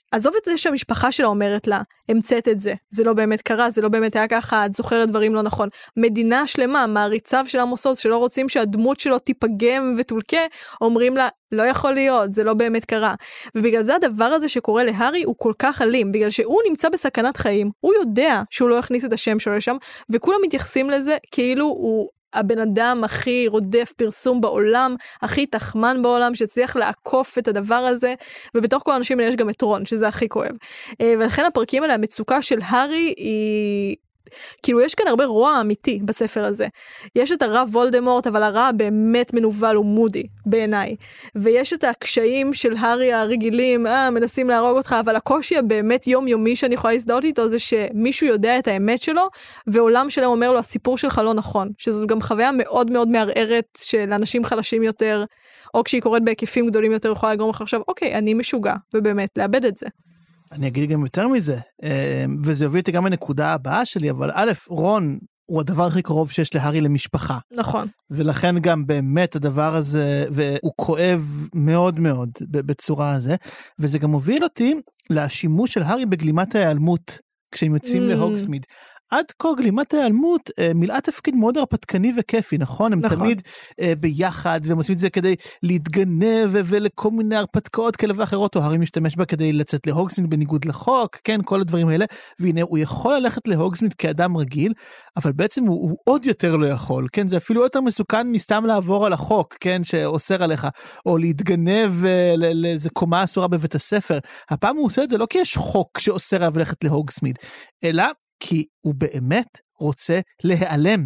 עזוב את זה שהמשפחה שלה אומרת לה, המצאת את זה, זה לא באמת קרה, זה לא באמת היה ככה, את זוכרת דברים לא נכון. מדינה שלמה, מעריציו של עמוס עוז, שלא רוצים שהדמות שלו תיפגם ותולקה, אומרים לה, לא יכול להיות, זה לא באמת קרה. ובגלל זה הדבר הזה שקורה להרי הוא כל כך אלים, בגלל שהוא נמצא בסכנת חיים, הוא יודע שהוא לא יכניס את השם שלו לשם, וכולם מתייחסים לזה כאילו הוא הבן אדם הכי רודף פרסום בעולם, הכי תחמן בעולם, שצריך לעקוף את הדבר הזה, ובתוך כל האנשים האלה יש גם את רון, שזה הכי כואב. ולכן הפרקים האלה, המצוקה של הארי היא... כאילו יש כאן הרבה רוע אמיתי בספר הזה. יש את הרע וולדמורט, אבל הרע באמת מנוול ומודי בעיניי. ויש את הקשיים של הארי הרגילים, אה, מנסים להרוג אותך, אבל הקושי הבאמת יומיומי שאני יכולה להזדהות איתו, זה שמישהו יודע את האמת שלו, ועולם שלהם אומר לו, הסיפור שלך לא נכון. שזו גם חוויה מאוד מאוד מערערת של אנשים חלשים יותר, או כשהיא קורית בהיקפים גדולים יותר, יכולה לגרום לך עכשיו, אוקיי, אני משוגע, ובאמת, לאבד את זה. אני אגיד גם יותר מזה, וזה יוביל אותי גם לנקודה הבאה שלי, אבל א', רון הוא הדבר הכי קרוב שיש להרי למשפחה. נכון. ולכן גם באמת הדבר הזה, והוא כואב מאוד מאוד בצורה הזה, וזה גם מוביל אותי לשימוש של הארי בגלימת ההיעלמות, כשהם יוצאים mm. להוגסמיד. עד כה גלימת ההיעלמות מילאה תפקיד מאוד הרפתקני וכיפי, נכון? הם נכון. תמיד ביחד, והם עושים את זה כדי להתגנב ולכל מיני הרפתקאות כאלה ואחרות, או הארי משתמש בה כדי לצאת להוגסמיד בניגוד לחוק, כן, כל הדברים האלה, והנה הוא יכול ללכת להוגסמיד כאדם רגיל, אבל בעצם הוא, הוא עוד יותר לא יכול, כן? זה אפילו יותר מסוכן מסתם לעבור על החוק, כן, שאוסר עליך, או להתגנב לאיזה קומה אסורה בבית הספר. הפעם הוא עושה את זה לא כי יש חוק שאוסר עליו ללכת להוגסמיד, אלא כי הוא באמת רוצה להיעלם.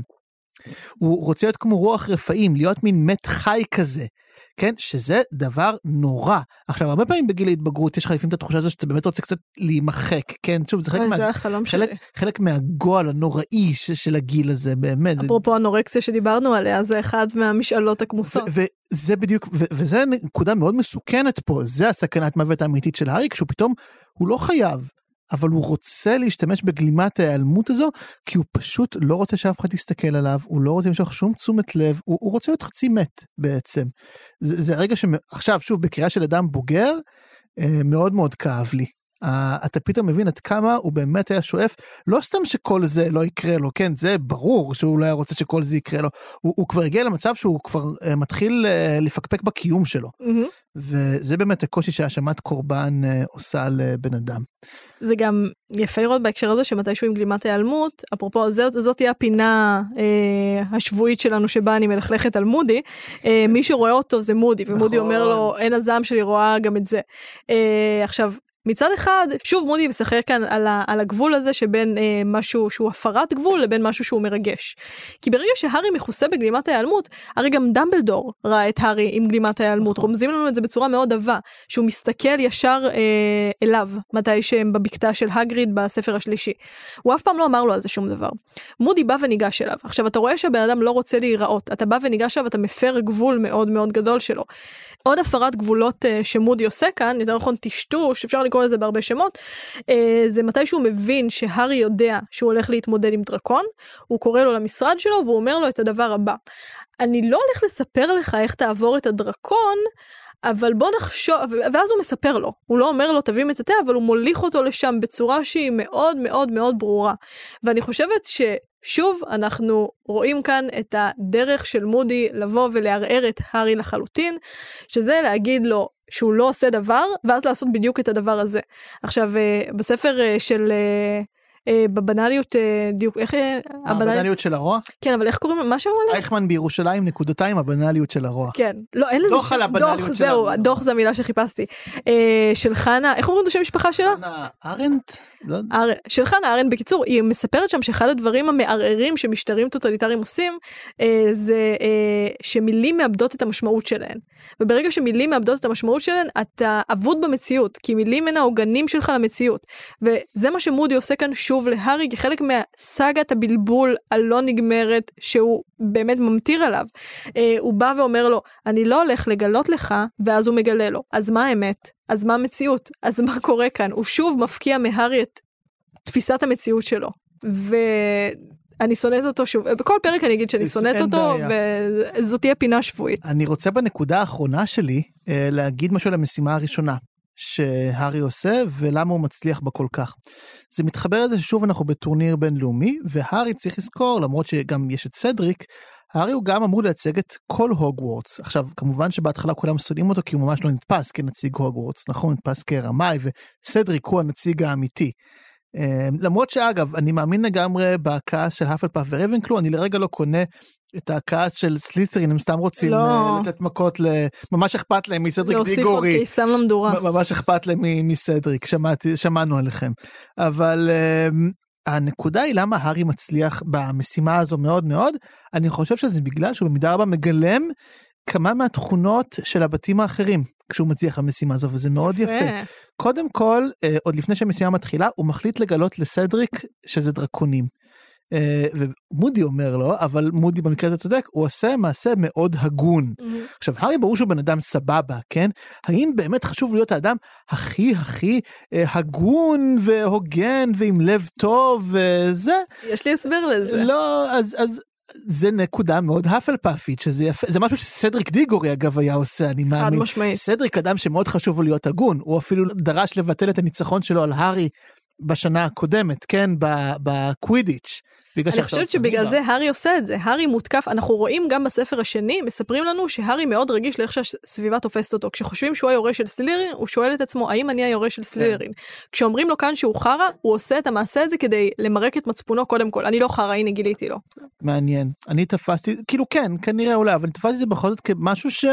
הוא רוצה להיות כמו רוח רפאים, להיות מין מת חי כזה, כן? שזה דבר נורא. עכשיו, הרבה פעמים בגיל ההתבגרות יש לך לפעמים את התחושה הזו שאתה באמת רוצה קצת להימחק, כן? שוב, זה חלק, מה... זה חלק, חלק מהגועל הנוראי של הגיל הזה, באמת. אפרופו הנורקסיה שדיברנו עליה, זה אחד מהמשאלות הכמוסות. וזה בדיוק, וזה נקודה מאוד מסוכנת פה, זה הסכנת מוות האמיתית של הארי, כשהוא פתאום, הוא לא חייב, אבל הוא רוצה להשתמש בגלימת ההיעלמות הזו, כי הוא פשוט לא רוצה שאף אחד יסתכל עליו, הוא לא רוצה למשוך שום תשומת לב, הוא, הוא רוצה להיות חצי מת בעצם. זה, זה הרגע שעכשיו, שוב, בקריאה של אדם בוגר, מאוד מאוד כאב לי. אתה פתאום מבין עד כמה הוא באמת היה שואף, לא סתם שכל זה לא יקרה לו, כן, זה ברור שהוא לא היה רוצה שכל זה יקרה לו, הוא, הוא כבר הגיע למצב שהוא כבר מתחיל לפקפק בקיום שלו, mm-hmm. וזה באמת הקושי שהאשמת קורבן עושה לבן אדם. זה גם יפה לראות בהקשר הזה שמתישהו עם גלימת ההיעלמות, אפרופו זאת, זאת תהיה הפינה אה, השבועית שלנו שבה אני מלכלכת על מודי, אה, מי שרואה אותו זה מודי, ומודי נכון. אומר לו אין הזעם שלי רואה גם את זה. אה, עכשיו, מצד אחד, שוב מודי משחק כאן על, ה, על הגבול הזה שבין אה, משהו שהוא הפרת גבול לבין משהו שהוא מרגש. כי ברגע שהארי מכוסה בגלימת ההיעלמות, הרי גם דמבלדור ראה את הארי עם גלימת ההיעלמות, רומזים לנו את זה בצורה מאוד עבה, שהוא מסתכל ישר אה, אליו, מתי שהם בבקתה של הגריד בספר השלישי. הוא אף פעם לא אמר לו על זה שום דבר. מודי בא וניגש אליו. עכשיו אתה רואה שהבן אדם לא רוצה להיראות, אתה בא וניגש אליו, אתה מפר גבול מאוד מאוד גדול שלו. עוד הפרת גבולות uh, שמודי עושה כאן, יותר נכון טשטוש, אפשר לקרוא לזה בהרבה שמות, uh, זה מתי שהוא מבין שהארי יודע שהוא הולך להתמודד עם דרקון, הוא קורא לו למשרד שלו והוא אומר לו את הדבר הבא, אני לא הולך לספר לך איך תעבור את הדרקון, אבל בוא נחשוב, ואז הוא מספר לו, הוא לא אומר לו תביא מטאטא, אבל הוא מוליך אותו לשם בצורה שהיא מאוד מאוד מאוד ברורה, ואני חושבת ש... שוב, אנחנו רואים כאן את הדרך של מודי לבוא ולערער את הארי לחלוטין, שזה להגיד לו שהוא לא עושה דבר, ואז לעשות בדיוק את הדבר הזה. עכשיו, בספר של... בבנליות, דיוק, איך... הבנליות של הרוע? כן, אבל איך קוראים לו? מה שאומר לו? אייכמן בירושלים, נקודתיים, הבנליות של הרוע. כן. לא, אין לזה... דוח על הבנליות של הרוע. זהו, דוח זה המילה שחיפשתי. של חנה, איך אומרים את השם משפחה שלה? חנה ארנט? של חנה ארנט, בקיצור, היא מספרת שם שאחד הדברים המערערים שמשטרים טוטליטריים עושים, זה שמילים מאבדות את המשמעות שלהן. וברגע שמילים מאבדות את המשמעות שלהן, אתה עבוד במציאות, כי מילים הן העוגנים שלך למציאות. וזה מה שמודי עושה כאן שוב להארי, כחלק מהסגת הבלבול הלא נגמרת, שהוא באמת ממתיר עליו. הוא בא ואומר לו, אני לא הולך לגלות לך, ואז הוא מגלה לו. אז מה האמת? אז מה המציאות? אז מה קורה כאן? הוא שוב מפקיע מהארי את תפיסת המציאות שלו. ואני שונאת אותו שוב. בכל פרק אני אגיד שאני שונאת אותו, וזאת תהיה פינה שבועית. אני רוצה בנקודה האחרונה שלי להגיד משהו על המשימה הראשונה. שהארי עושה, ולמה הוא מצליח בה כל כך. זה מתחבר לזה ששוב אנחנו בטורניר בינלאומי, והארי צריך לזכור, למרות שגם יש את סדריק, הארי הוא גם אמור לייצג את כל הוגוורטס. עכשיו, כמובן שבהתחלה כולם סודעים אותו, כי הוא ממש לא נתפס כנציג הוגוורטס, נכון? נתפס כרמאי, וסדריק הוא הנציג האמיתי. למרות שאגב, אני מאמין לגמרי בכעס של האפלפאף ורייבנקלו, אני לרגע לא קונה את הכעס של סלית'רין, הם סתם רוצים לא. לתת מכות, ממש אכפת להם מסדריק דיגורי. להוסיף עוד קיסם למדורה. ממש אכפת להם מסדריק, שמעתי, שמענו עליכם. אבל הנקודה היא למה הארי מצליח במשימה הזו מאוד מאוד, אני חושב שזה בגלל שהוא במידה רבה מגלם כמה מהתכונות של הבתים האחרים, כשהוא מצליח המשימה הזו, וזה מאוד יפה. יפה. קודם כל, עוד לפני שהמשימה מתחילה, הוא מחליט לגלות לסדריק שזה דרקונים. ומודי אומר לו, אבל מודי במקרה הזה צודק, הוא עושה מעשה מאוד הגון. Mm-hmm. עכשיו, הארי ברור שהוא בן אדם סבבה, כן? האם באמת חשוב להיות האדם הכי הכי הגון והוגן ועם לב טוב וזה? יש לי הסבר לזה. לא, אז... אז זה נקודה מאוד האפלפאפית, שזה יפה, זה משהו שסדריק דיגורי אגב היה עושה, אני מאמין. חד משמעית. סדריק אדם שמאוד חשוב לו להיות הגון, הוא אפילו דרש לבטל את הניצחון שלו על הארי בשנה הקודמת, כן, בקווידיץ'. אני חושבת שבגלל זה הארי עושה את זה, הארי מותקף, אנחנו רואים גם בספר השני, מספרים לנו שהארי מאוד רגיש לאיך שהסביבה תופסת אותו, כשחושבים שהוא היורש של סלית'רין, הוא שואל את עצמו, האם אני היורש של סלית'רין? כשאומרים לו כאן שהוא חרה, הוא עושה את המעשה הזה כדי למרק את מצפונו קודם כל, אני לא חרה, הנה גיליתי לו. מעניין, אני תפסתי, כאילו כן, כנראה אולי, אבל תפסתי את זה בכל זאת כמשהו ש...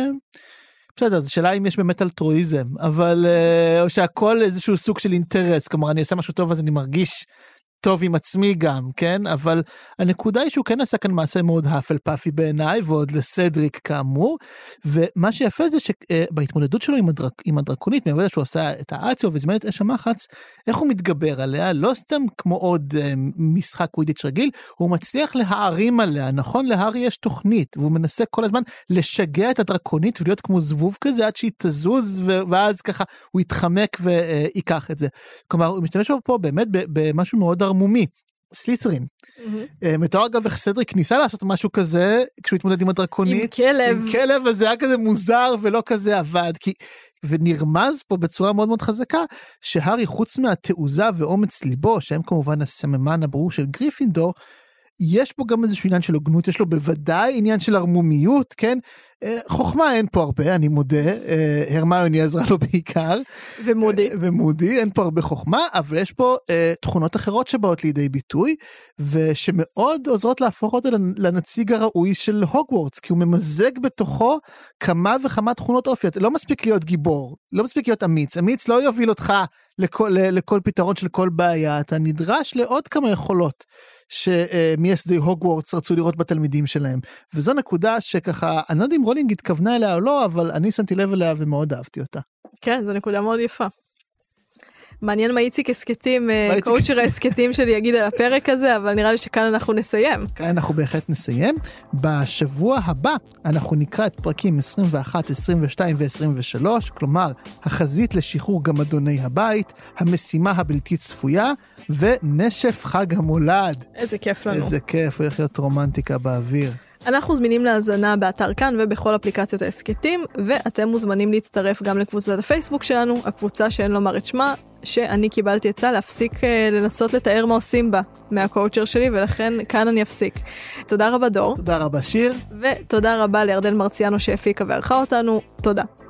בסדר, זו שאלה אם יש באמת אלטרואיזם, אבל, או שהכל איזשהו סוג של אינטרס, כלומר, אני עושה משהו טוב, אז אני מרגיש טוב עם עצמי גם, כן? אבל הנקודה היא שהוא כן עשה כאן מעשה מאוד האפלפאפי בעיניי, ועוד לסדריק כאמור, ומה שיפה זה שבהתמודדות שלו עם, הדרק, עם הדרקונית, מעבודה שהוא עשה את האציו וזמן את אש המחץ, איך הוא מתגבר עליה? לא סתם כמו עוד אה, משחק קווידיץ' רגיל, הוא מצליח להערים עליה, נכון? להארי יש תוכנית, והוא מנסה כל הזמן לשגע את הדרקונית, ולהיות כמו זבוב כזה, עד שהיא תזוז, ו- ואז ככה הוא יתחמק ויקח את זה. כלומר, הוא משתמש פה באמת במשהו מאוד ערמומי, סלית'רין. מתואר אגב איך סדריק ניסה לעשות משהו כזה, כשהוא התמודד עם הדרקונית. עם כלב. עם כלב, וזה היה כזה מוזר ולא כזה עבד, כי, ונרמז פה בצורה מאוד מאוד חזקה, שהארי חוץ מהתעוזה ואומץ ליבו, שהם כמובן הסממן הברור של גריפינדור, יש פה גם איזשהו עניין של הוגנות, יש לו בוודאי עניין של ערמומיות, כן? חוכמה אין פה הרבה, אני מודה, הרמיוני עזרה לו בעיקר. ומודי. ומודי, אין פה הרבה חוכמה, אבל יש פה תכונות אחרות שבאות לידי ביטוי, ושמאוד עוזרות להפוך אותו לנציג הראוי של הוגוורטס, כי הוא ממזג בתוכו כמה וכמה תכונות אופיות. לא מספיק להיות גיבור, לא מספיק להיות אמיץ, אמיץ לא יוביל אותך לכל, לכל פתרון של כל בעיה, אתה נדרש לעוד כמה יכולות. שמייסדי הוגוורטס רצו לראות בתלמידים שלהם, וזו נקודה שככה, אני לא יודע אם רולינג התכוונה אליה או לא, אבל אני שמתי לב אליה ומאוד אהבתי אותה. כן, זו נקודה מאוד יפה. מעניין מה איציק הסקטים, קואוצ'ר ההסקטים שלי יגיד על הפרק הזה, אבל נראה לי שכאן אנחנו נסיים. כאן אנחנו בהחלט נסיים. בשבוע הבא אנחנו נקרא את פרקים עשרים ואחת, עשרים ושתיים ו-עשרים ושלוש, כלומר, החזית לשחרור גמדוני הבית, המשימה הבלתי צפויה, ונשף חג המולד. איזה כיף לנו. איזה כיף, הולך להיות רומנטיקה באוויר. אנחנו זמינים להאזנה באתר כאן ובכל אפליקציות ההסקטים, ואתם מוזמנים להצטרף גם לקבוצת הפייסבוק שלנו, הקבוצה שאין לומר את שמה, שאני קיבלתי עצה להפסיק לנסות לתאר מה עושים בה מהקואוצ'ר שלי, ולכן כאן אני אפסיק. תודה רבה דור. תודה רבה שיר. ותודה רבה לירדן מרציאנו שהפיקה וערכה אותנו. תודה.